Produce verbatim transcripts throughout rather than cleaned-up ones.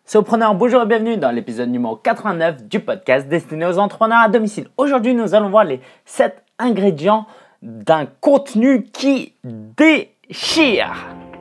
Sopreneur, bonjour et bienvenue dans l'épisode numéro quatre-vingt-neuf du podcast destiné aux entrepreneurs à domicile. Aujourd'hui, nous allons voir les sept ingrédients d'un contenu qui déchire.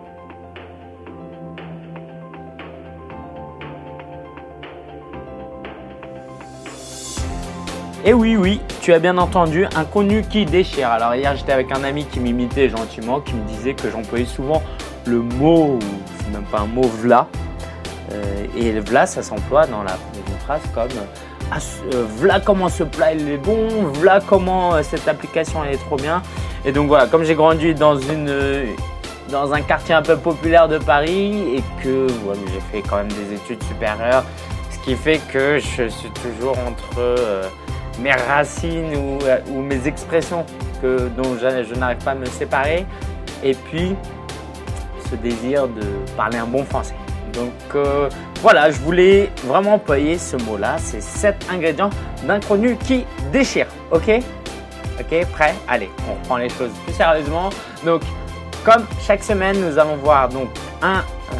Et oui, oui, tu as bien entendu, un contenu qui déchire. Alors hier, j'étais avec un ami qui m'imitait gentiment, qui me disait que j'employais souvent le mot, ou c'est même pas un mot, v'là. Euh, et le v'là, ça s'emploie dans, la, dans une phrase comme ah, euh, v'là comment ce plat il est bon, v'là comment euh, cette application elle est trop bien. Et donc voilà, comme j'ai grandi dans, une, euh, dans un quartier un peu populaire de Paris et que voilà, j'ai fait quand même des études supérieures, ce qui fait que je suis toujours entre euh, mes racines ou, euh, ou mes expressions que, dont je, je n'arrive pas à me séparer et puis ce désir de parler un bon français. Donc euh, voilà, je voulais vraiment employer ce mot-là, c'est sept ingrédients d'un contenu qui déchire, ok? Ok, prêt? Allez, on reprend les choses plus sérieusement. Donc, comme chaque semaine, nous allons voir donc un,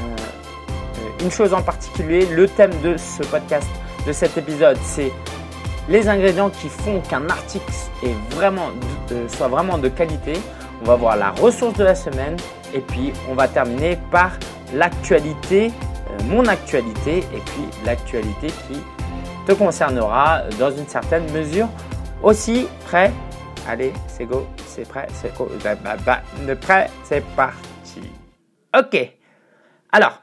euh, une chose en particulier. Le thème de ce podcast, de cet épisode, c'est les ingrédients qui font qu'un article est vraiment, euh, soit vraiment de qualité. On va voir la ressource de la semaine et puis on va terminer par l'actualité, euh, mon actualité et puis l'actualité qui te concernera dans une certaine mesure aussi. Prêt? Allez, c'est go, c'est prêt, c'est go, bah, bah, bah, de prêt, c'est parti. Ok, alors,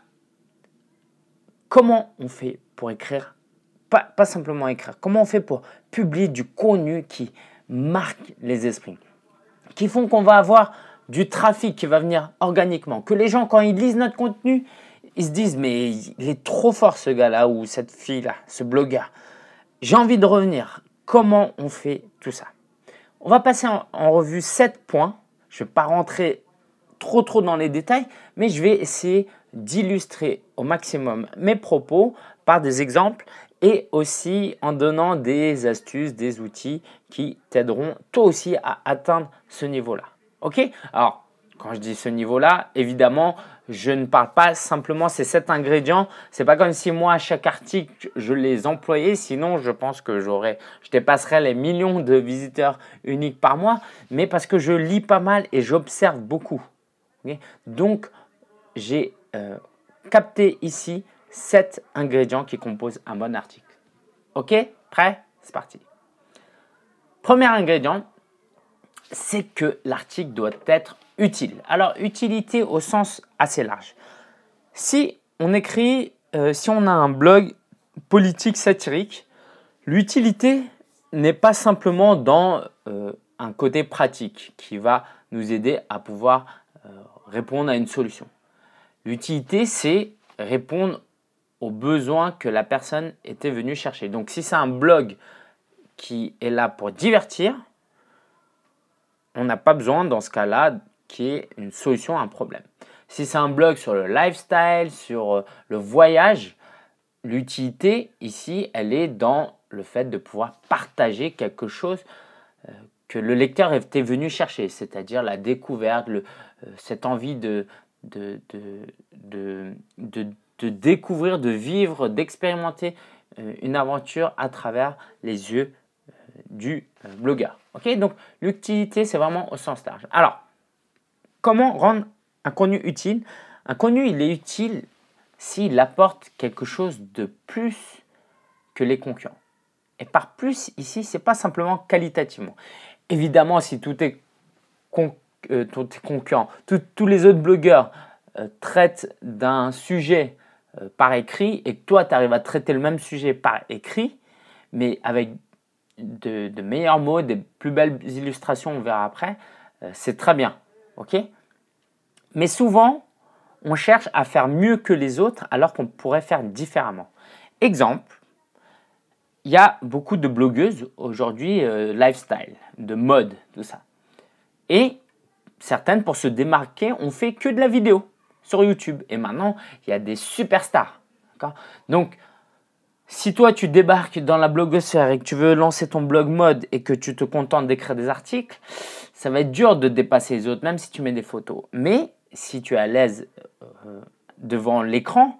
comment on fait pour écrire, pas, pas simplement écrire, comment on fait pour publier du contenu qui marque les esprits, qui font qu'on va avoir du trafic qui va venir organiquement, que les gens, quand ils lisent notre contenu, ils se disent « mais il est trop fort ce gars-là ou cette fille-là, ce blogueur. J'ai envie de revenir. » Comment on fait tout ça? On va passer en, en revue sept points. Je ne vais pas rentrer trop trop dans les détails, mais je vais essayer d'illustrer au maximum mes propos par des exemples et aussi en donnant des astuces, des outils qui t'aideront toi aussi à atteindre ce niveau-là. Ok? Alors, quand je dis ce niveau-là, évidemment, je ne parle pas simplement ces sept ingrédients. Ce n'est pas comme si moi, à chaque article, je les employais. Sinon, je pense que j'aurais, je dépasserais les millions de visiteurs uniques par mois. Mais parce que je lis pas mal et j'observe beaucoup. Okay? Donc, j'ai euh, capté ici sept ingrédients qui composent un bon article. Ok? Prêt? C'est parti. Premier ingrédient, c'est que l'article doit être utile. Alors, utilité au sens assez large. Si on écrit, euh, si on a un blog politique satirique, l'utilité n'est pas simplement dans euh, un côté pratique qui va nous aider à pouvoir euh, répondre à une solution. L'utilité, c'est répondre aux besoins que la personne était venue chercher. Donc, si c'est un blog qui est là pour divertir, on n'a pas besoin dans ce cas-là qu'il y ait une solution à un problème. Si c'est un blog sur le lifestyle, sur le voyage, l'utilité ici, elle est dans le fait de pouvoir partager quelque chose euh, que le lecteur était venu chercher, c'est-à-dire la découverte, le, euh, cette envie de, de, de, de, de, de découvrir, de vivre, d'expérimenter euh, une aventure à travers les yeux du blogueur. Okay? Donc, l'utilité, c'est vraiment au sens large. Alors, comment rendre un contenu utile? Un contenu, il est utile s'il apporte quelque chose de plus que les concurrents. Et par plus, ici, ce n'est pas simplement qualitativement. Évidemment, si tous tes con, euh, concurrents, tous les autres blogueurs euh, traitent d'un sujet euh, par écrit et que toi, tu arrives à traiter le même sujet par écrit, mais avec De, de meilleurs mots, des plus belles illustrations, on verra après, euh, c'est très bien. Ok? Mais souvent, on cherche à faire mieux que les autres alors qu'on pourrait faire différemment. Exemple, il y a beaucoup de blogueuses aujourd'hui, euh, lifestyle, de mode, tout ça. Et certaines, pour se démarquer, ont fait que de la vidéo sur YouTube. Et maintenant, il y a des superstars. D'accord? Donc, si toi, tu débarques dans la blogosphère et que tu veux lancer ton blog mode et que tu te contentes d'écrire des articles, ça va être dur de dépasser les autres, même si tu mets des photos. Mais si tu es à l'aise euh, devant l'écran,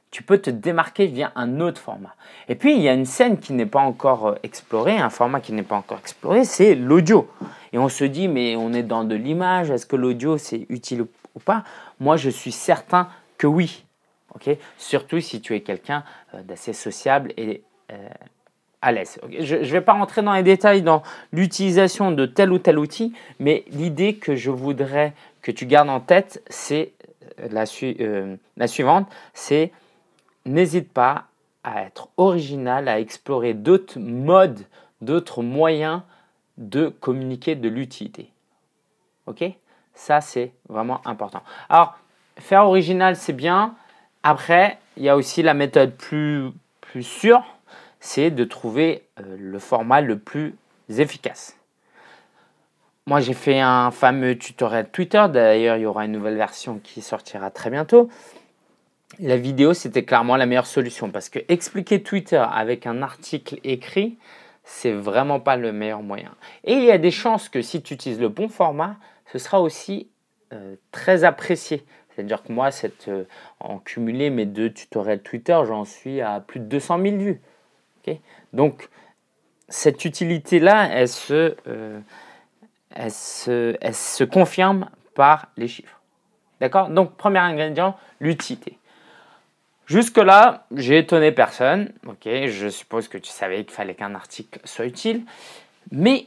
tu peux te démarquer via un autre format. Et puis, il y a une scène qui n'est pas encore explorée, un format qui n'est pas encore exploré, c'est l'audio. Et on se dit, mais on est dans de l'image, est-ce que l'audio, c'est utile ou pas? Moi, je suis certain que oui. Okay? Surtout si tu es quelqu'un d'assez sociable et euh, à l'aise. Okay? Je ne vais pas rentrer dans les détails dans l'utilisation de tel ou tel outil, mais l'idée que je voudrais que tu gardes en tête, c'est la, su euh, la suivante, c'est n'hésite pas à être original, à explorer d'autres modes, d'autres moyens de communiquer de l'utilité. Ok? Ça, c'est vraiment important. Alors, faire original, c'est bien. Après, il y a aussi la méthode plus, plus sûre, c'est de trouver euh, le format le plus efficace. Moi, j'ai fait un fameux tutoriel Twitter. D'ailleurs, il y aura une nouvelle version qui sortira très bientôt. La vidéo, c'était clairement la meilleure solution parce que expliquer Twitter avec un article écrit, c'est vraiment pas le meilleur moyen. Et il y a des chances que si tu utilises le bon format, ce sera aussi euh, très apprécié. C'est-à-dire que moi, cette, euh, en cumulé mes deux tutoriels Twitter, j'en suis à plus de deux cent mille vues. Okay? Donc, cette utilité-là, elle se, euh, elle, se, elle se confirme par les chiffres. D'accord? Donc, premier ingrédient, l'utilité. Jusque-là, j'ai étonné personne. Okay, je suppose que tu savais qu'il fallait qu'un article soit utile. Mais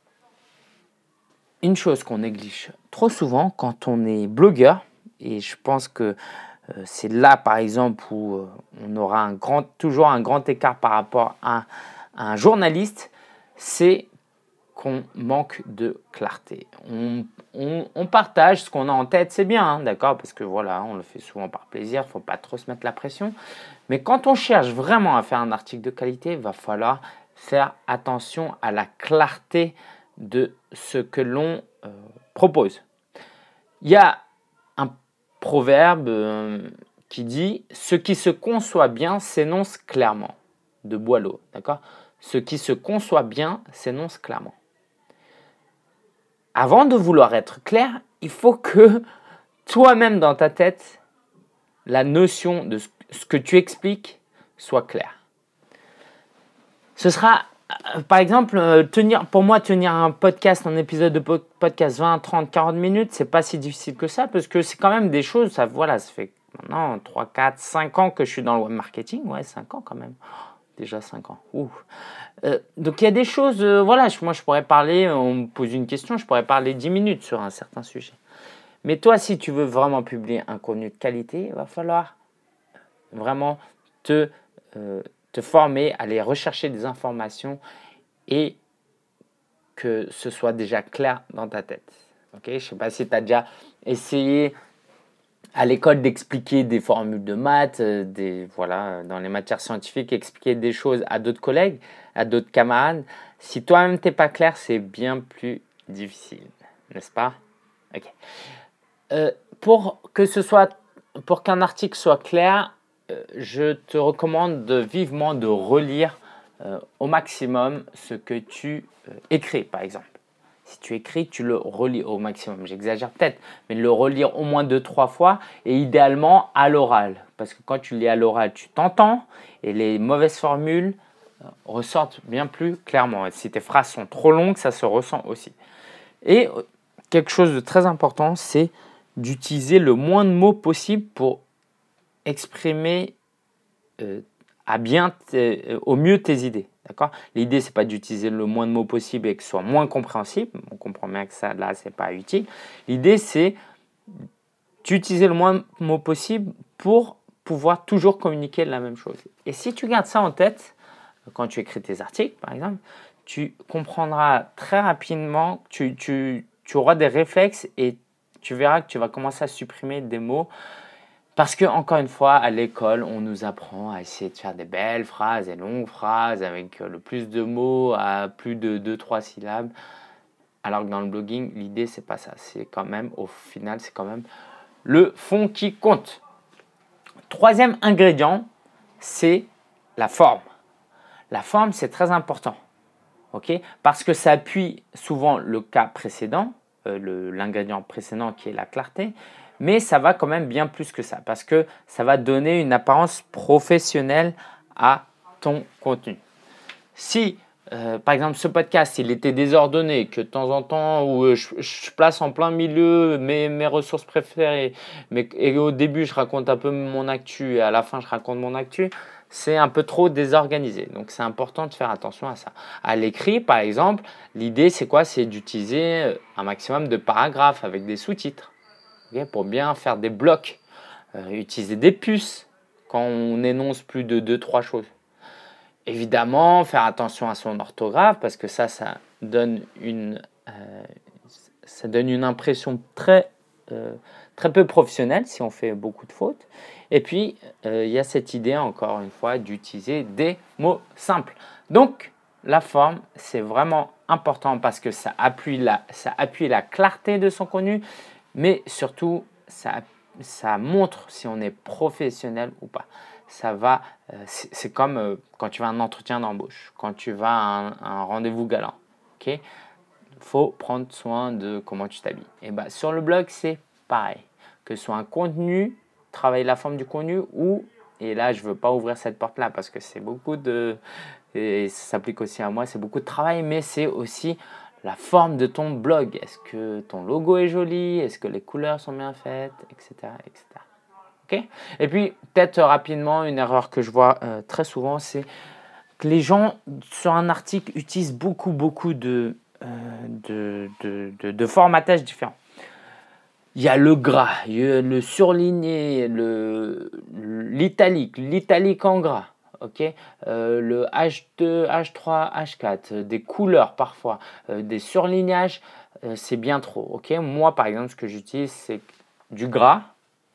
une chose qu'on néglige trop souvent quand on est blogueur, et je pense que euh, c'est là, par exemple, où euh, on aura un grand, toujours un grand écart par rapport à, à un journaliste, c'est qu'on manque de clarté. On, on, on partage ce qu'on a en tête, c'est bien, hein, d'accord? Parce que voilà, on le fait souvent par plaisir, il ne faut pas trop se mettre la pression. Mais quand on cherche vraiment à faire un article de qualité, il va falloir faire attention à la clarté de ce que l'on euh, propose. Il y a un proverbe euh, qui dit « Ce qui se conçoit bien s'énonce clairement » de Boileau, d'accord? Ce qui se conçoit bien s'énonce clairement. Avant de vouloir être clair, il faut que toi-même dans ta tête, la notion de ce que tu expliques soit claire. Ce sera, euh, par exemple, euh, tenir, pour moi, tenir un podcast, un épisode de podcast vingt, trente, quarante minutes, c'est pas si difficile que ça parce que c'est quand même des choses, ça, voilà, ça fait maintenant trois, quatre, cinq ans que je suis dans le web marketing, ouais, cinq ans quand même. Déjà cinq ans. Ouh. Euh, donc il y a des choses, euh, voilà, je, moi je pourrais parler, on me pose une question, je pourrais parler dix minutes sur un certain sujet. Mais toi, si tu veux vraiment publier un contenu de qualité, il va falloir vraiment te, euh, te former, aller rechercher des informations et que ce soit déjà clair dans ta tête. Okay? Je ne sais pas si tu as déjà essayé à l'école d'expliquer des formules de maths, euh, des, voilà, dans les matières scientifiques, expliquer des choses à d'autres collègues, à d'autres camarades. Si toi-même tu n'es pas clair, c'est bien plus difficile, n'est-ce pas? Ok. Euh, pour que ce soit, pour qu'un article soit clair, euh, je te recommande de, vivement de relire euh, au maximum ce que tu euh, écris, par exemple. Si tu écris, tu le relis au maximum. J'exagère peut-être, mais le relire au moins deux, trois fois et idéalement à l'oral. Parce que quand tu lis à l'oral, tu t'entends et les mauvaises formules euh, ressortent bien plus clairement. Et si tes phrases sont trop longues, ça se ressent aussi. Et euh, quelque chose de très important, c'est d'utiliser le moins de mots possible pour exprimer euh, à bien euh, au mieux tes idées. D'accord? L'idée, ce n'est pas d'utiliser le moins de mots possible et que ce soit moins compréhensible. On comprend bien que ça, là, ce n'est pas utile. L'idée, c'est d'utiliser le moins de mots possible pour pouvoir toujours communiquer la même chose. Et si tu gardes ça en tête, quand tu écris tes articles, par exemple, tu comprendras très rapidement, tu, tu, tu auras des réflexes et tu verras que tu vas commencer à supprimer des mots. Parce que, encore une fois, à l'école, on nous apprend à essayer de faire des belles phrases, des longues phrases avec le plus de mots à plus de deux trois syllabes. Alors que dans le blogging, l'idée, c'est pas ça. C'est quand même, au final, c'est quand même le fond qui compte. Troisième ingrédient, c'est la forme. La forme, c'est très important. Okay? Parce que ça appuie souvent le cas précédent, euh, le, l'ingrédient précédent qui est la clarté. mais ça va quand même bien plus que ça parce que ça va donner une apparence professionnelle à ton contenu. Si, euh, par exemple, ce podcast, il était désordonné, que de temps en temps, où euh, je, je place en plein milieu mes, mes ressources préférées, mais, et au début, je raconte un peu mon actu, et à la fin, je raconte mon actu, c'est un peu trop désorganisé. Donc, c'est important de faire attention à ça. À l'écrit, par exemple, l'idée, c'est quoi? C'est d'utiliser un maximum de paragraphes avec des sous-titres, okay, pour bien faire des blocs. Euh, utiliser des puces quand on énonce plus de deux trois choses. Évidemment, faire attention à son orthographe parce que ça, ça donne une, euh, ça donne une impression très, euh, très peu professionnelle si on fait beaucoup de fautes. Et puis, euh, il y a cette idée, encore une fois, d'utiliser des mots simples. Donc, la forme, c'est vraiment important parce que ça appuie la, ça appuie la clarté de son contenu, mais surtout, ça, ça montre si on est professionnel ou pas. Ça va, euh, c'est, c'est comme euh, quand tu vas à un entretien d'embauche, quand tu vas à un, un rendez-vous galant. Ok, faut prendre soin de comment tu t'habilles. Et bah, sur le blog, c'est pareil. Que ce soit un contenu, travailler la forme du contenu ou, et là, je ne veux pas ouvrir cette porte-là parce que c'est beaucoup de, et ça s'applique aussi à moi, c'est beaucoup de travail, mais c'est aussi la forme de ton blog. Est-ce que ton logo est joli? Est-ce que les couleurs sont bien faites? Etc. et cetera. Okay. Et puis, peut-être euh, rapidement, une erreur que je vois euh, très souvent, c'est que les gens, sur un article, utilisent beaucoup, beaucoup de, euh, de, de, de, de formatages différents. Il y a le gras, il y a le surligné, le, l'italique, l'italique en gras, okay, euh, le H deux, H trois, H quatre, des couleurs parfois, euh, des surlignages, euh, c'est bien trop. Okay. Moi, par exemple, ce que j'utilise, c'est du gras.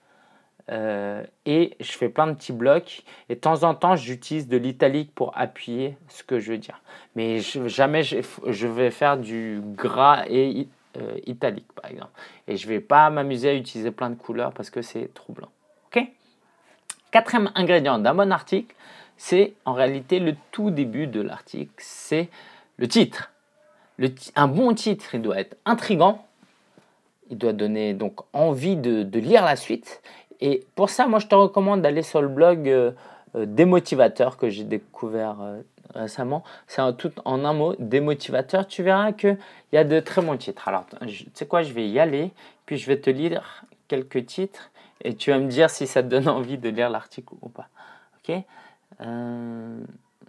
Euh, et je fais plein de petits blocs et de temps en temps j'utilise de l'italique pour appuyer ce que je veux dire, mais je, jamais je, je vais faire du gras et euh, italique par exemple, et je vais pas m'amuser à utiliser plein de couleurs parce que c'est troublant. Ok. Quatrième ingrédient d'un bon article, c'est en réalité le tout début de l'article, c'est le titre. Le t- un bon titre, il doit être intriguant, il doit donner donc envie de, de lire la suite. Et pour ça, moi, je te recommande d'aller sur le blog euh, euh, Démotivateur que j'ai découvert euh, récemment. C'est un, tout en un mot, Démotivateur. Tu verras qu'il y a de très bons titres. Alors, tu sais quoi, je vais y aller, puis je vais te lire quelques titres et tu vas me dire si ça te donne envie de lire l'article ou pas. Ok. Euh...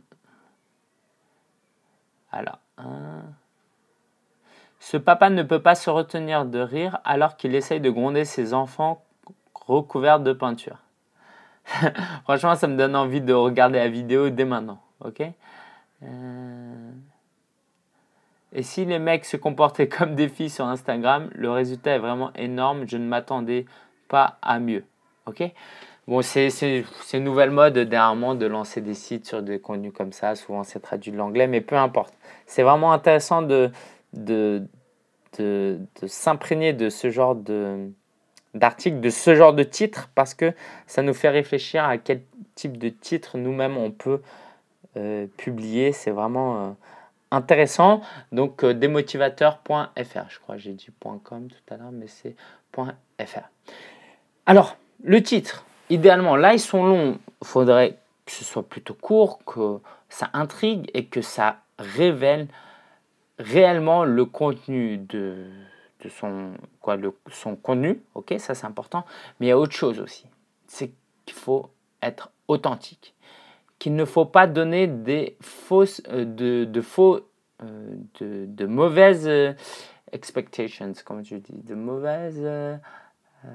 Alors, un... Ce papa ne peut pas se retenir de rire alors qu'il essaye de gronder ses enfants recouverts de peinture. Franchement, ça me donne envie de regarder la vidéo dès maintenant. Ok. Euh... Et si les mecs se comportaient comme des filles sur Instagram, le résultat est vraiment énorme. Je ne m'attendais pas à mieux. Ok. Bon, c'est, c'est, c'est une nouvelle mode dernièrement de lancer des sites sur des contenus comme ça. Souvent, c'est traduit de l'anglais, mais peu importe. C'est vraiment intéressant de, de, de, de s'imprégner de ce genre de, d'articles, de ce genre de titres, parce que ça nous fait réfléchir à quel type de titre nous-mêmes on peut euh, publier. C'est vraiment euh, intéressant. Donc, euh, démotivateur point f r, je crois que j'ai dit .com tout à l'heure, mais c'est .fr. Alors, le titre, idéalement, là, ils sont longs. Il faudrait que ce soit plutôt court, que ça intrigue et que ça révèle réellement le contenu de, de son, quoi, le, son contenu. Ok, ça, c'est important. Mais il y a autre chose aussi. C'est qu'il faut être authentique. Qu'il ne faut pas donner des fausses, euh, de, de faux, euh, de, de mauvaises euh, expectations, comme je dis, de mauvaises... Euh, euh,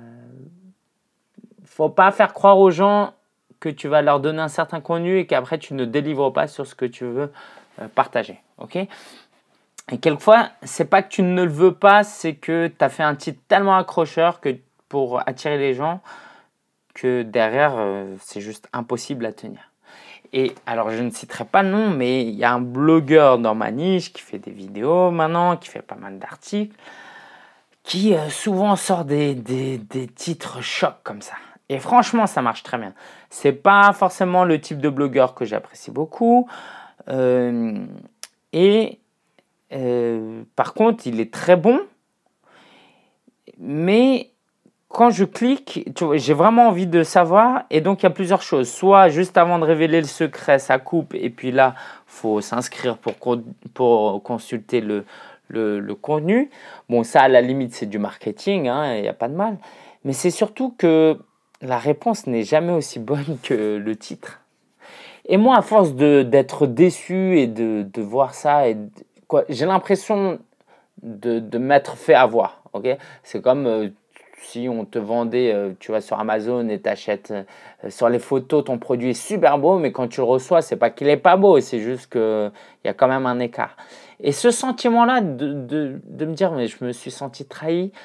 faut pas faire croire aux gens que tu vas leur donner un certain contenu et qu'après tu ne délivres pas sur ce que tu veux euh, partager. Ok. Et quelquefois, c'est pas que tu ne le veux pas, c'est que tu as fait un titre tellement accrocheur que pour attirer les gens que derrière, euh, c'est juste impossible à tenir. Et alors, je ne citerai pas le nom, mais il y a un blogueur dans ma niche qui fait des vidéos maintenant, qui fait pas mal d'articles, qui euh, souvent sort des, des, des titres chocs comme ça. Et franchement, ça marche très bien. C'est pas forcément le type de blogueur que j'apprécie beaucoup. Euh, et euh, par contre, il est très bon. Mais quand je clique, tu vois, j'ai vraiment envie de savoir. Et donc, il y a plusieurs choses. Soit juste avant de révéler le secret, ça coupe. Et puis là, il faut s'inscrire pour, pour consulter le, le, le contenu. Bon, ça, à la limite, c'est du marketing. Hein, il n'y a pas de mal. Mais c'est surtout que la réponse n'est jamais aussi bonne que le titre. Et moi, à force de, d'être déçu et de, de voir ça, et de, quoi, j'ai l'impression de, de m'être fait avoir. Okay, c'est comme euh, si on te vendait, euh, tu vas sur Amazon et t'achètes euh, sur les photos, ton produit est super beau, mais quand tu le reçois, c'est pas qu'il est pas beau, c'est juste qu'il y a quand même un écart. Et ce sentiment-là de, de, de me dire, mais je me suis senti trahi,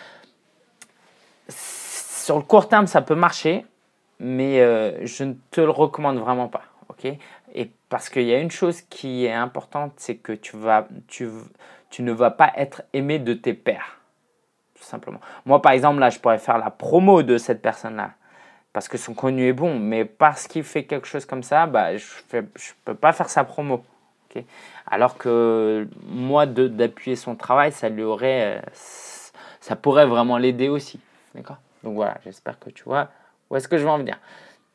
sur le court terme, ça peut marcher, mais euh, je ne te le recommande vraiment pas. Okay, et parce qu'il y a une chose qui est importante, c'est que tu, vas, tu, tu ne vas pas être aimé de tes pairs. Tout simplement. Moi, par exemple, là, je pourrais faire la promo de cette personne-là parce que son contenu est bon, mais parce qu'il fait quelque chose comme ça, bah, je ne peux pas faire sa promo. Okay, alors que moi, de, d'appuyer son travail, ça lui aurait, ça pourrait vraiment l'aider aussi. D'accord ? Donc voilà, j'espère que tu vois où est-ce que je veux en venir.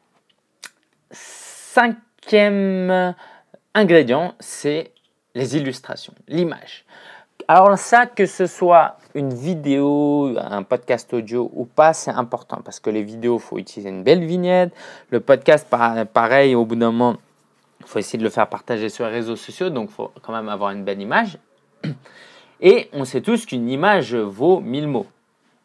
Cinquième ingrédient, c'est les illustrations, l'image. Alors ça, que ce soit une vidéo, un podcast audio ou pas, c'est important parce que les vidéos, il faut utiliser une belle vignette. Le podcast, pareil, au bout d'un moment, il faut essayer de le faire partager sur les réseaux sociaux, donc il faut quand même avoir une belle image. Et on sait tous qu'une image vaut mille mots. Ok ?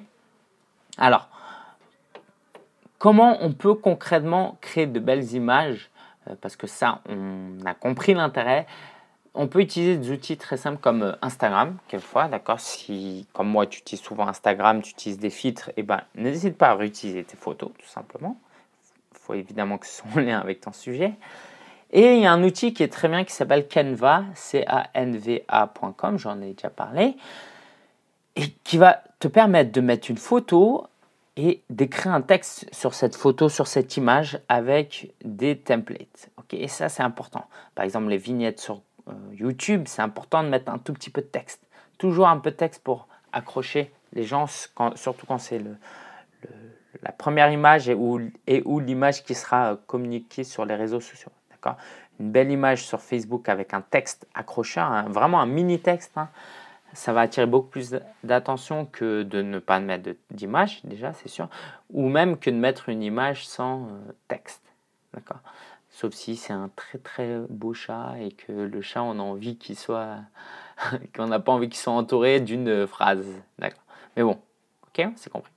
Alors, comment on peut concrètement créer de belles images ? Parce que ça, on a compris l'intérêt. On peut utiliser des outils très simples comme Instagram, quelquefois, d'accord ? Si, comme moi, tu utilises souvent Instagram, tu utilises des filtres, eh ben, n'hésite pas à réutiliser tes photos, tout simplement. Il faut évidemment que ce soit en lien avec ton sujet. Et il y a un outil qui est très bien qui s'appelle Canva, C A N V A point com, j'en ai déjà parlé, et qui va te permettre de mettre une photo et d'écrire un texte sur cette photo, sur cette image avec des templates. Okay, et ça, c'est important. Par exemple, les vignettes sur euh, YouTube, c'est important de mettre un tout petit peu de texte. Toujours un peu de texte pour accrocher les gens, quand, surtout quand c'est le, le, la première image et ou, et ou l'image qui sera communiquée sur les réseaux sociaux. D'accord ? Une belle image sur Facebook avec un texte accrocheur, hein, vraiment un mini texte, hein, ça va attirer beaucoup plus d'attention que de ne pas mettre d'image, déjà, c'est sûr, ou même que de mettre une image sans euh, texte. D'accord ? Sauf si c'est un très très beau chat et que le chat, on a envie qu'il soit, qu'on n'a pas envie qu'il soit entouré d'une phrase. D'accord ? Mais bon, ok, c'est compris.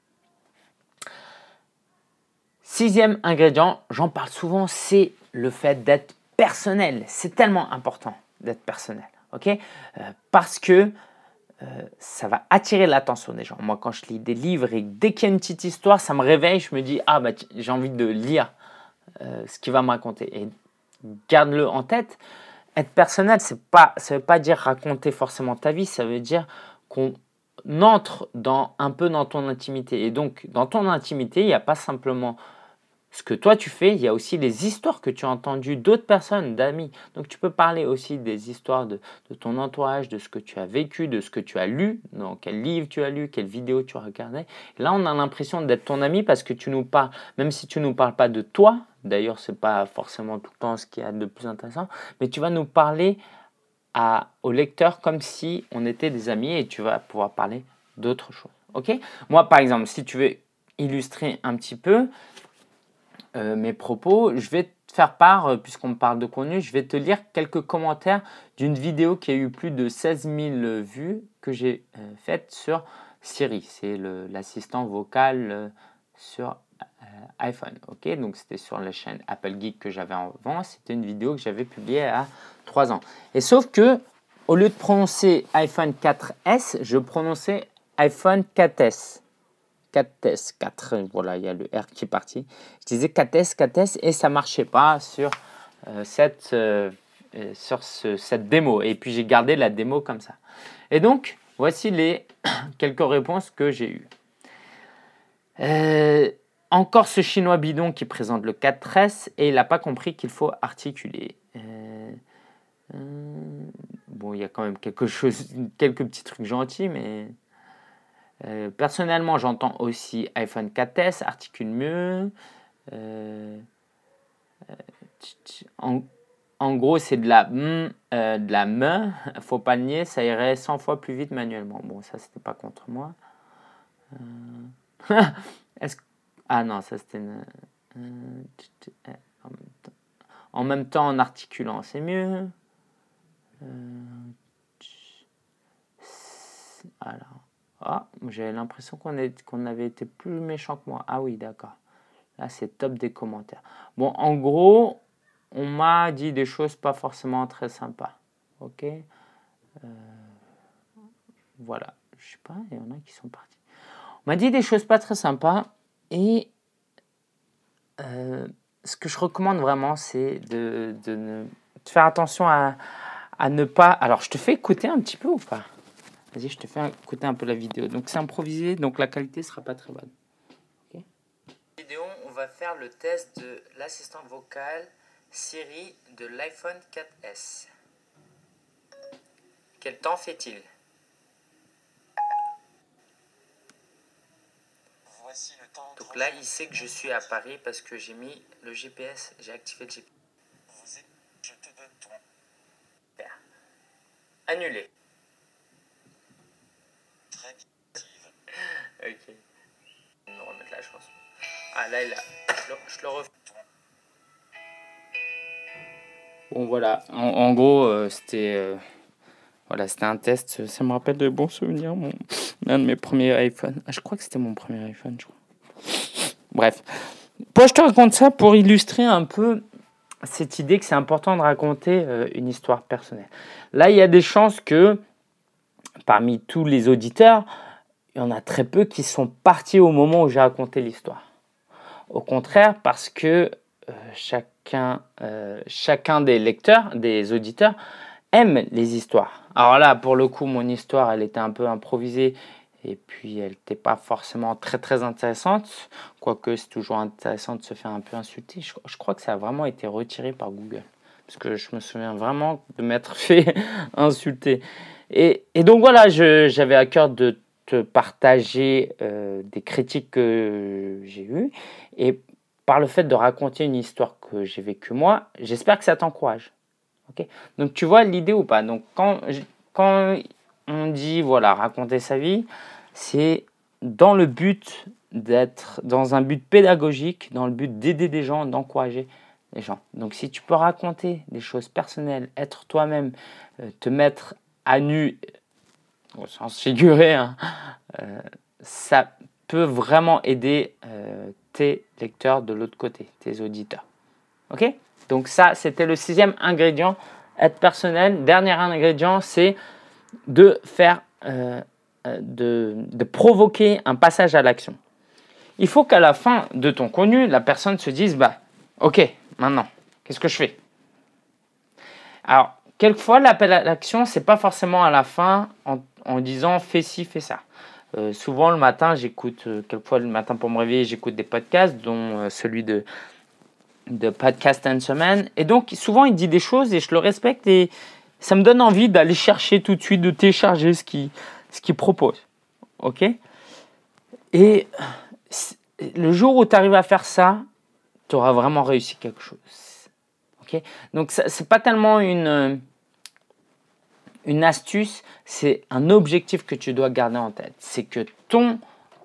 Sixième ingrédient, j'en parle souvent, c'est le fait d'être personnel. C'est tellement important d'être personnel, ok ? euh, Parce que Euh, ça va attirer l'attention des gens. Moi, quand je lis des livres et dès qu'il y a une petite histoire, ça me réveille, je me dis « Ah, bah, j'ai envie de lire euh, ce qu'il va me raconter. » Et garde-le en tête. Être personnel, c'est pas, ça ne veut pas dire raconter forcément ta vie, ça veut dire qu'on entre dans, un peu dans ton intimité. Et donc, dans ton intimité, il n'y a pas simplement ce que toi tu fais, il y a aussi les histoires que tu as entendues d'autres personnes, d'amis. Donc tu peux parler aussi des histoires de, de ton entourage, de ce que tu as vécu, de ce que tu as lu, dans quel livre tu as lu, quelle vidéo tu as regardé. Et là, on a l'impression d'être ton ami parce que tu nous parles, même si tu ne nous parles pas de toi, d'ailleurs, ce n'est pas forcément tout le temps ce qu'il y a de plus intéressant, mais tu vas nous parler à, au lecteur comme si on était des amis et tu vas pouvoir parler d'autres choses. Okay ? Moi, par exemple, si tu veux illustrer un petit peu, Euh, mes propos, je vais te faire part, euh, puisqu'on me parle de contenu, je vais te lire quelques commentaires d'une vidéo qui a eu plus de seize mille vues que j'ai euh, faite sur Siri. C'est l'assistant vocal euh, sur euh, iPhone. Okay, donc c'était sur la chaîne Apple Geek que j'avais avant. C'était une vidéo que j'avais publiée à trois ans. Et sauf que, au lieu de prononcer iPhone quatre S, je prononçais iPhone quatre S. quatre S, quatre, voilà, il y a le R qui est parti. Je disais quatre S, quatre S et ça ne marchait pas sur, euh, cette, euh, sur ce, cette démo. Et puis j'ai gardé la démo comme ça. Et donc, voici les quelques réponses que j'ai eues. Euh, encore ce chinois bidon qui présente le quatre S et il n'a pas compris qu'il faut articuler. Euh, euh, bon, il y a quand même quelque chose, quelques petits trucs gentils, mais... Euh, personnellement, j'entends aussi iPhone quatre S, articule mieux. Euh, en, en gros, c'est de la m, euh, de la me, faut pas le nier, ça irait cent fois plus vite manuellement. Bon, ça, c'était pas contre moi. Euh... Est-ce que... Ah non, ça, c'était une... Euh, en même temps, en, même temps, en articulant, c'est mieux. Euh... Alors, ah, j'avais l'impression qu'on qu'on avait été plus méchant que moi. Ah oui, d'accord. Là, c'est top des commentaires. Bon, en gros, on m'a dit des choses pas forcément très sympas. Ok. Euh, voilà. Je sais pas, il y en a qui sont partis. On m'a dit des choses pas très sympas et euh, ce que je recommande vraiment, c'est de, de, ne, de faire attention à, à ne pas. Alors, je te fais écouter un petit peu ou pas? Vas-y, je te fais écouter un peu la vidéo. Donc, c'est improvisé, donc la qualité sera pas très bonne. Okay. Vidéo, on va faire le test de l'assistant vocal Siri de l'iPhone quatre S. Quel temps fait-il? Voici le temps. Donc là, il sait que je suis à Paris parce que j'ai mis le G P S, j'ai activé le G P S. Je te donne ton. Super. Annulé. Très bien. Ok. On va remettre la chanson. Ah là, là. Je le, je le refais. Bon voilà, en, en gros, euh, c'était euh, voilà, c'était un test. Ça me rappelle de bons souvenirs. Mon, un de mes premiers iPhones. Ah, je crois que c'était mon premier iPhone, je crois. Bref. Pourquoi je te raconte ça? Pour illustrer un peu cette idée que c'est important de raconter euh, une histoire personnelle. Là, il y a des chances que parmi tous les auditeurs, il y en a très peu qui sont partis au moment où j'ai raconté l'histoire. Au contraire, parce que euh, chacun, euh, chacun des lecteurs, des auditeurs, aime les histoires. Alors là, pour le coup, mon histoire, elle était un peu improvisée et puis elle n'était pas forcément très très intéressante. Quoique c'est toujours intéressant de se faire un peu insulter. Je, je crois que ça a vraiment été retiré par Google. Parce que je me souviens vraiment de m'être fait insulter. Et, et donc voilà, je, j'avais à cœur de te partager euh, des critiques que j'ai eues. Et par le fait de raconter une histoire que j'ai vécue moi, j'espère que ça t'encourage. Okay. Donc tu vois l'idée ou pas? Donc quand, quand on dit voilà, raconter sa vie, c'est dans le but d'être dans un but pédagogique, dans le but d'aider des gens, d'encourager les gens. Donc si tu peux raconter des choses personnelles, être toi-même, euh, te mettre à nu, au sens figuré, hein, euh, ça peut vraiment aider euh, tes lecteurs de l'autre côté, tes auditeurs. Ok? Donc ça, c'était le sixième ingrédient, être personnel. Dernier ingrédient, c'est de faire, euh, de, de provoquer un passage à l'action. Il faut qu'à la fin de ton contenu, la personne se dise, bah, ok, maintenant, qu'est-ce que je fais? Alors, quelquefois, l'appel à l'action, c'est pas forcément à la fin en, en disant, fais ci, fais ça. Euh, souvent, le matin, j'écoute, euh, quelquefois, le matin pour me réveiller, j'écoute des podcasts, dont euh, celui de de Podcast and Semaine. Et donc, souvent, il dit des choses et je le respecte et ça me donne envie d'aller chercher tout de suite, de télécharger ce qu'il ce qu'il propose. OK? Et le jour où tu arrives à faire ça, tu auras vraiment réussi quelque chose. OK? Donc, ce n'est pas tellement une, une astuce, c'est un objectif que tu dois garder en tête. C'est que ton,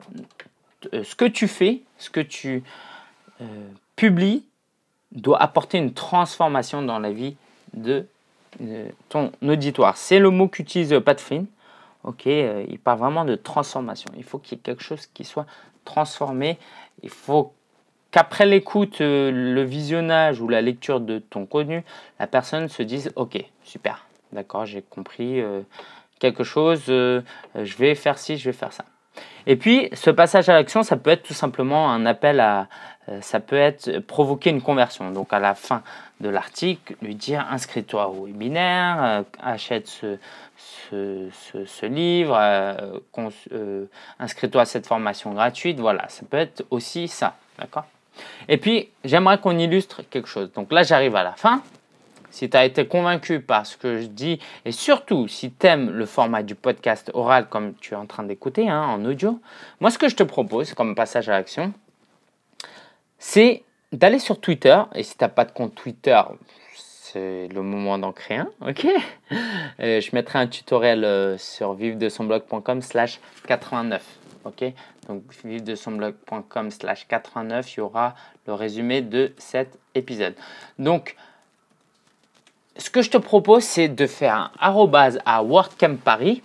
ce que tu fais, ce que tu euh, publies, doit apporter une transformation dans la vie de, de ton auditoire. C'est le mot qu'utilise Pat Flynn. Ok, euh, il parle vraiment de transformation. Il faut qu'il y ait quelque chose qui soit transformé. Il faut qu'après l'écoute, euh, le visionnage ou la lecture de ton contenu, la personne se dise ok, super, d'accord, j'ai compris euh, quelque chose, euh, je vais faire ci, je vais faire ça. Et puis, ce passage à l'action, ça peut être tout simplement un appel à, euh, ça peut être provoquer une conversion. Donc, à la fin de l'article, lui dire inscris-toi au webinaire, euh, achète ce, ce, ce, ce livre, euh, cons, euh, inscris-toi à cette formation gratuite. Voilà, ça peut être aussi ça, d'accord? Et puis, j'aimerais qu'on illustre quelque chose. Donc là, j'arrive à la fin. si tu as été convaincu par ce que je dis et surtout si tu aimes le format du podcast oral comme tu es en train d'écouter hein, en audio, moi ce que je te propose comme passage à l'action, c'est d'aller sur Twitter. Et si tu n'as pas de compte Twitter, c'est le moment d'en créer un, ok. Et je mettrai un tutoriel euh, sur vive de son blog point com slash quatre-vingt-neuf, ok. Donc vive de son blog point com slash quatre-vingt-neuf, il y aura le résumé de cet épisode. Donc, ce que je te propose, c'est de faire un arrobase à WordCamp Paris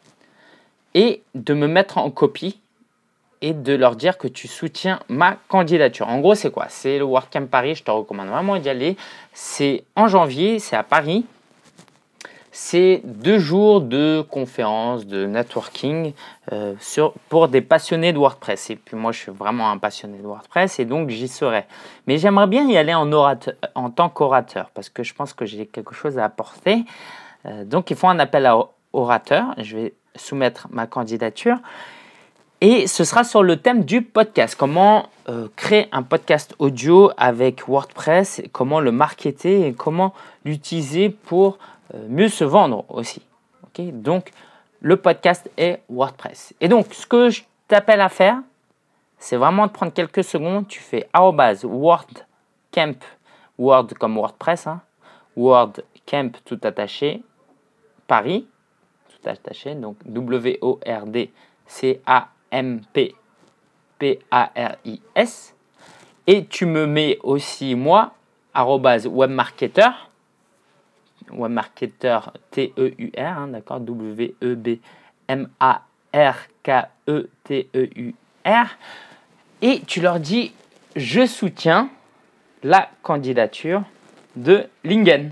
et de me mettre en copie et de leur dire que tu soutiens ma candidature. En gros, c'est quoi? C'est le WordCamp Paris, je te recommande vraiment d'y aller. C'est en janvier, c'est à Paris. C'est deux jours de conférences, de networking euh, sur, pour des passionnés de WordPress. Et puis moi, je suis vraiment un passionné de WordPress et donc j'y serai. Mais j'aimerais bien y aller en, orateur, en tant qu'orateur parce que je pense que j'ai quelque chose à apporter. Euh, donc, ils font un appel à orateur. Je vais soumettre ma candidature. Et ce sera sur le thème du podcast. Comment euh, créer un podcast audio avec WordPress, comment le marketer et comment l'utiliser pour euh, mieux se vendre aussi. Okay, donc, le podcast est WordPress. Et donc, ce que je t'appelle à faire, c'est vraiment de prendre quelques secondes. Tu fais arobase WordCamp, Word comme WordPress, hein, WordCamp tout attaché, Paris, tout attaché, donc W O R D C A M P P A R I S. Et tu me mets aussi moi, arobase webmarketer, webmarketer T E U R, hein, d'accord, W E B M A R K E T E U R. Et tu leur dis, je soutiens la candidature de Lingen,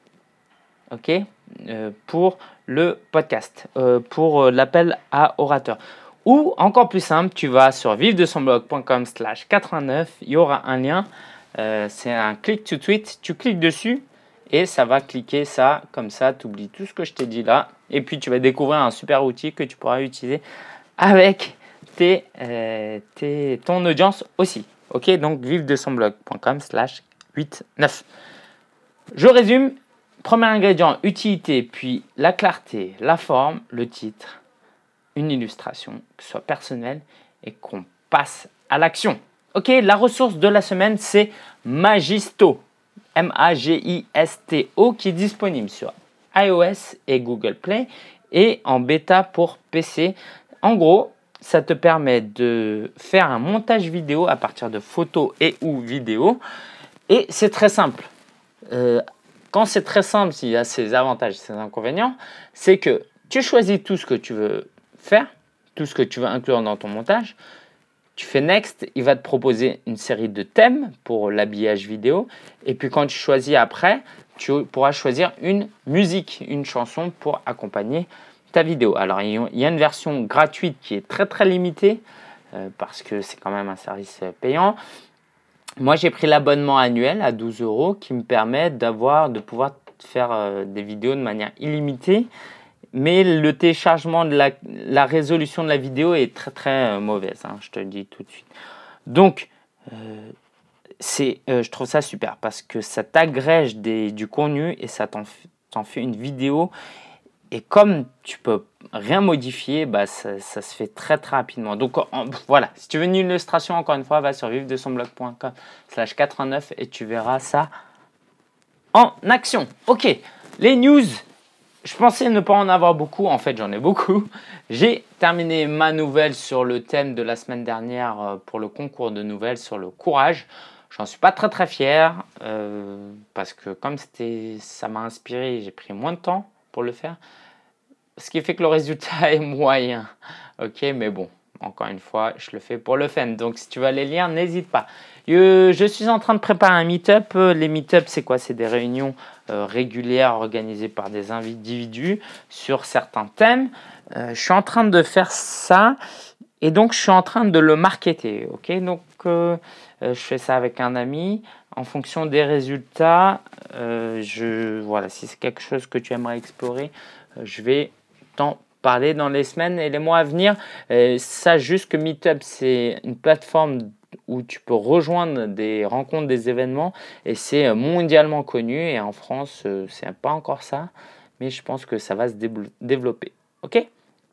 ok, euh, pour le podcast, euh, pour euh, l'appel à orateur. Ou encore plus simple, tu vas sur vive de son blog point com slash quatre-vingt-neuf, il y aura un lien, euh, c'est un click to tweet, tu cliques dessus et ça va cliquer ça, comme ça, tu oublies tout ce que je t'ai dit là. Et puis tu vas découvrir un super outil que tu pourras utiliser avec tes, euh, tes, ton audience aussi. Ok, donc vive de son blog point com slash quatre-vingt-neuf. Je résume, premier ingrédient, utilité, puis la clarté, la forme, le titre, une illustration, que ce soit personnelle et qu'on passe à l'action. Ok, la ressource de la semaine, c'est Magisto, M A G I S T O, qui est disponible sur iOS et Google Play et en bêta pour P C. En gros, ça te permet de faire un montage vidéo à partir de photos et ou vidéos et c'est très simple. Euh, quand c'est très simple, il y a ses avantages et ses inconvénients, c'est que tu choisis tout ce que tu veux faire, tout ce que tu veux inclure dans ton montage. Tu fais Next, il va te proposer une série de thèmes pour l'habillage vidéo. Et puis quand tu choisis après, tu pourras choisir une musique, une chanson pour accompagner ta vidéo. Alors il y a une version gratuite qui est très très limitée euh, parce que c'est quand même un service payant. Moi j'ai pris l'abonnement annuel à douze euros qui me permet d'avoir, de pouvoir faire euh, des vidéos de manière illimitée. Mais le téléchargement de la, la résolution de la vidéo est très très euh, mauvaise, hein, je te le dis tout de suite. Donc, euh, c'est, euh, je trouve ça super parce que ça t'agrège des, du contenu et ça t'en, t'en fait une vidéo. Et comme tu peux rien modifier, bah, ça, ça se fait très très rapidement. Donc en, voilà, si tu veux une illustration, encore une fois, va sur vive de son blog point com slash quatre-vingt-neuf et tu verras ça en action. Ok, les news. Je pensais ne pas en avoir beaucoup, en fait j'en ai beaucoup. J'ai terminé ma nouvelle sur le thème de la semaine dernière pour le concours de nouvelles sur le courage. J'en suis pas très très fier euh, parce que comme c'était, ça m'a inspiré, j'ai pris moins de temps pour le faire. Ce qui fait que le résultat est moyen. Ok, mais bon, encore une fois, je le fais pour le fun. Donc si tu veux aller lire, n'hésite pas. Euh, je suis en train de préparer un meet-up. Les meet-up, c'est quoi? C'est des réunions euh, régulières organisées par des individus sur certains thèmes. Euh, je suis en train de faire ça et donc je suis en train de le marketer. Ok, donc euh, je fais ça avec un ami. En fonction des résultats, euh, je, voilà, si c'est quelque chose que tu aimerais explorer, euh, je vais t'en parler dans les semaines et les mois à venir. Euh, sache juste que Meetup, c'est une plateforme où tu peux rejoindre des rencontres, des événements, et c'est mondialement connu. Et en France, euh, c'est pas encore ça, mais je pense que ça va se déblo- développer. Ok ?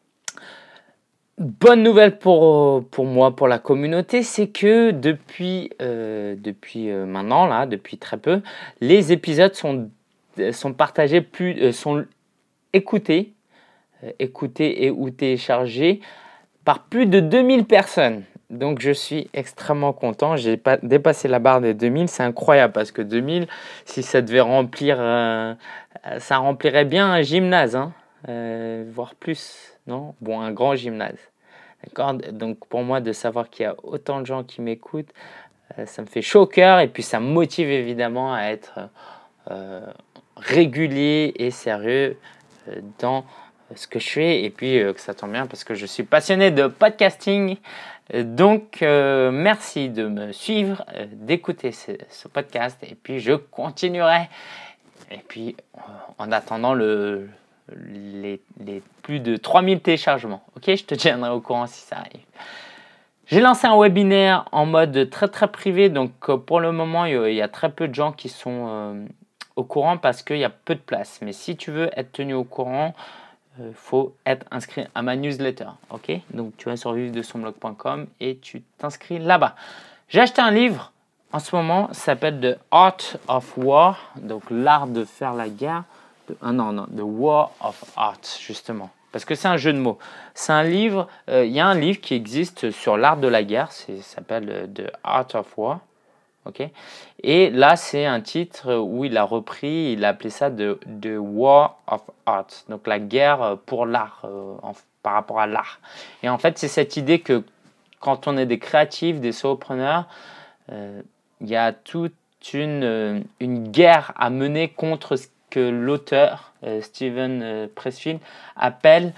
Bonne nouvelle pour, pour moi, pour la communauté, c'est que depuis, euh, depuis euh, maintenant, là, depuis très peu, les épisodes sont, sont partagés, plus, euh, sont écoutés, euh, écoutés et ou téléchargés par plus de deux mille personnes. Donc je suis extrêmement content, j'ai pas dépassé la barre des deux mille, c'est incroyable parce que deux mille, si ça devait remplir, euh, ça remplirait bien un gymnase, hein, euh, voire plus, non ? Bon, un grand gymnase. D'accord ? Donc pour moi, de savoir qu'il y a autant de gens qui m'écoutent, euh, ça me fait chaud au cœur et puis ça me motive évidemment à être euh, régulier et sérieux euh, dans ce que je fais, et puis euh, que ça tombe bien parce que je suis passionné de podcasting. Donc euh, merci de me suivre, euh, d'écouter ce, ce podcast, et puis je continuerai. Et puis euh, en attendant le, les, les plus de trois mille téléchargements, ok, je te tiendrai au courant si ça arrive. J'ai lancé un webinaire en mode très très privé, donc euh, pour le moment il y, y a très peu de gens qui sont euh, au courant parce qu'il y a peu de place. Mais si tu veux être tenu au courant, il euh, faut être inscrit à ma newsletter. Ok ? Donc tu vas sur vivre de son blog point com et tu t'inscris là-bas. J'ai acheté un livre en ce moment, ça s'appelle The Art of War, donc l'art de faire la guerre. De, ah non, non, The War of Art, justement. Parce que c'est un jeu de mots. C'est un livre, il euh, y a un livre qui existe sur l'art de la guerre, ça s'appelle euh, The Art of War. Okay. Et là, c'est un titre où il a repris, il a appelé ça de, de War of Art, donc la guerre pour l'art, euh, en, par rapport à l'art. Et en fait, c'est cette idée que quand on est des créatifs, des solopreneurs, euh, il y a toute une, euh, une guerre à mener contre ce que l'auteur, euh, Steven euh, Pressfield, appelle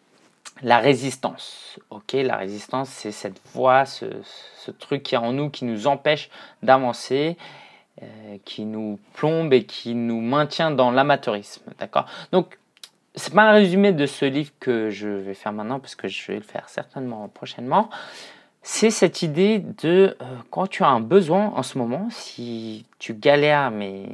la résistance. Ok, la résistance, c'est cette voie, ce, ce truc qui est en nous, qui nous empêche d'avancer, euh, qui nous plombe et qui nous maintient dans l'amateurisme. D'accord ? Donc, c'est pas un résumé de ce livre que je vais faire maintenant, parce que je vais le faire certainement prochainement. C'est cette idée de euh, quand tu as un besoin en ce moment, si tu galères, mais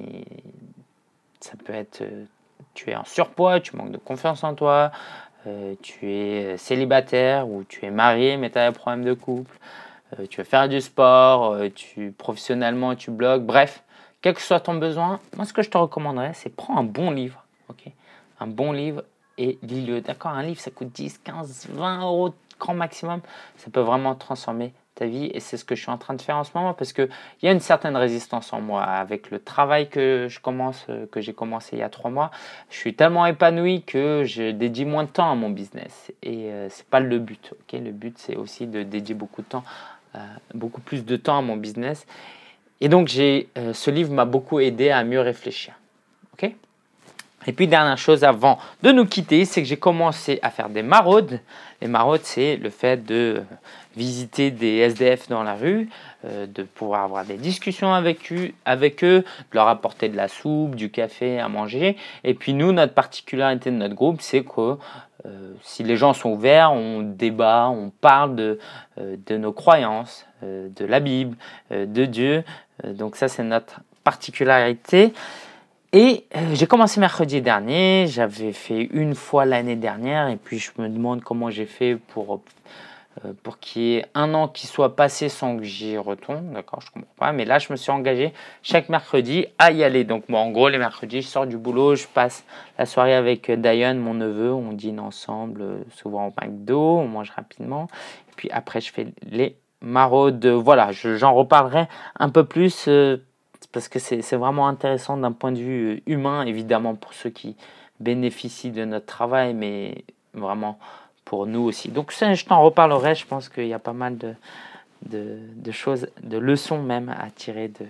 ça peut être, euh, tu es en surpoids, tu manques de confiance en toi, Euh, tu es célibataire ou tu es marié mais tu as un problème de couple, euh, tu veux faire du sport, euh, tu, professionnellement tu blogues, bref, quel que soit ton besoin, moi ce que je te recommanderais, c'est prends un bon livre, ok, un bon livre et lis-le. D'accord, un livre ça coûte dix, quinze, vingt euros grand maximum, ça peut vraiment transformer ta vie, et c'est ce que je suis en train de faire en ce moment parce qu'il y a une certaine résistance en moi avec le travail que je commence, que j'ai commencé il y a trois mois. Je suis tellement épanoui que je dédie moins de temps à mon business, et euh, c'est pas le but. Okay, le but c'est aussi de dédier beaucoup de temps, euh, beaucoup plus de temps à mon business. Et donc j'ai, euh, ce livre m'a beaucoup aidé à mieux réfléchir. Ok. Et puis, dernière chose avant de nous quitter, c'est que j'ai commencé à faire des maraudes. Les maraudes, c'est le fait de visiter des S D F dans la rue, euh, de pouvoir avoir des discussions avec eux, avec eux, de leur apporter de la soupe, du café à manger. Et puis nous, notre particularité de notre groupe, c'est que euh, si les gens sont ouverts, on débat, on parle de, euh, de nos croyances, euh, de la Bible, euh, de Dieu. Euh, donc ça, c'est notre particularité. Et euh, j'ai commencé mercredi dernier, j'avais fait une fois l'année dernière, et puis je me demande comment j'ai fait pour, euh, pour qu'il y ait un an qui soit passé sans que j'y retourne, d'accord, je comprends pas, mais là je me suis engagé chaque mercredi à y aller. Donc moi, en gros, les mercredis, je sors du boulot, je passe la soirée avec Diane, mon neveu, on dîne ensemble, souvent au McDo, on mange rapidement, et puis après je fais les maraudes. Voilà, je, j'en reparlerai un peu plus, euh, parce que c'est, c'est vraiment intéressant d'un point de vue humain, évidemment pour ceux qui bénéficient de notre travail, mais vraiment pour nous aussi. Donc ça, je t'en reparlerai, je pense qu'il y a pas mal de, de, de choses, de leçons même à tirer de,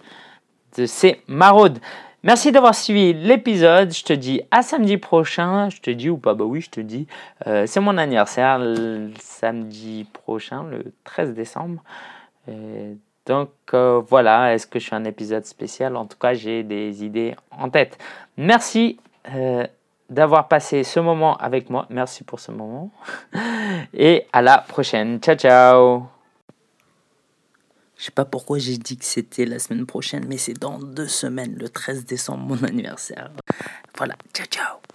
de ces maraudes. Merci d'avoir suivi l'épisode, je te dis à samedi prochain, je te dis ou pas, bah oui je te dis, euh, c'est mon anniversaire le samedi prochain, le treize décembre. Euh, Donc euh, voilà, est-ce que je fais un épisode spécial ? En tout cas, j'ai des idées en tête. Merci euh, d'avoir passé ce moment avec moi. Merci pour ce moment. Et à la prochaine. Ciao, ciao. Je sais pas pourquoi j'ai dit que c'était la semaine prochaine, mais c'est dans deux semaines, le treize décembre, mon anniversaire. Voilà, ciao ciao.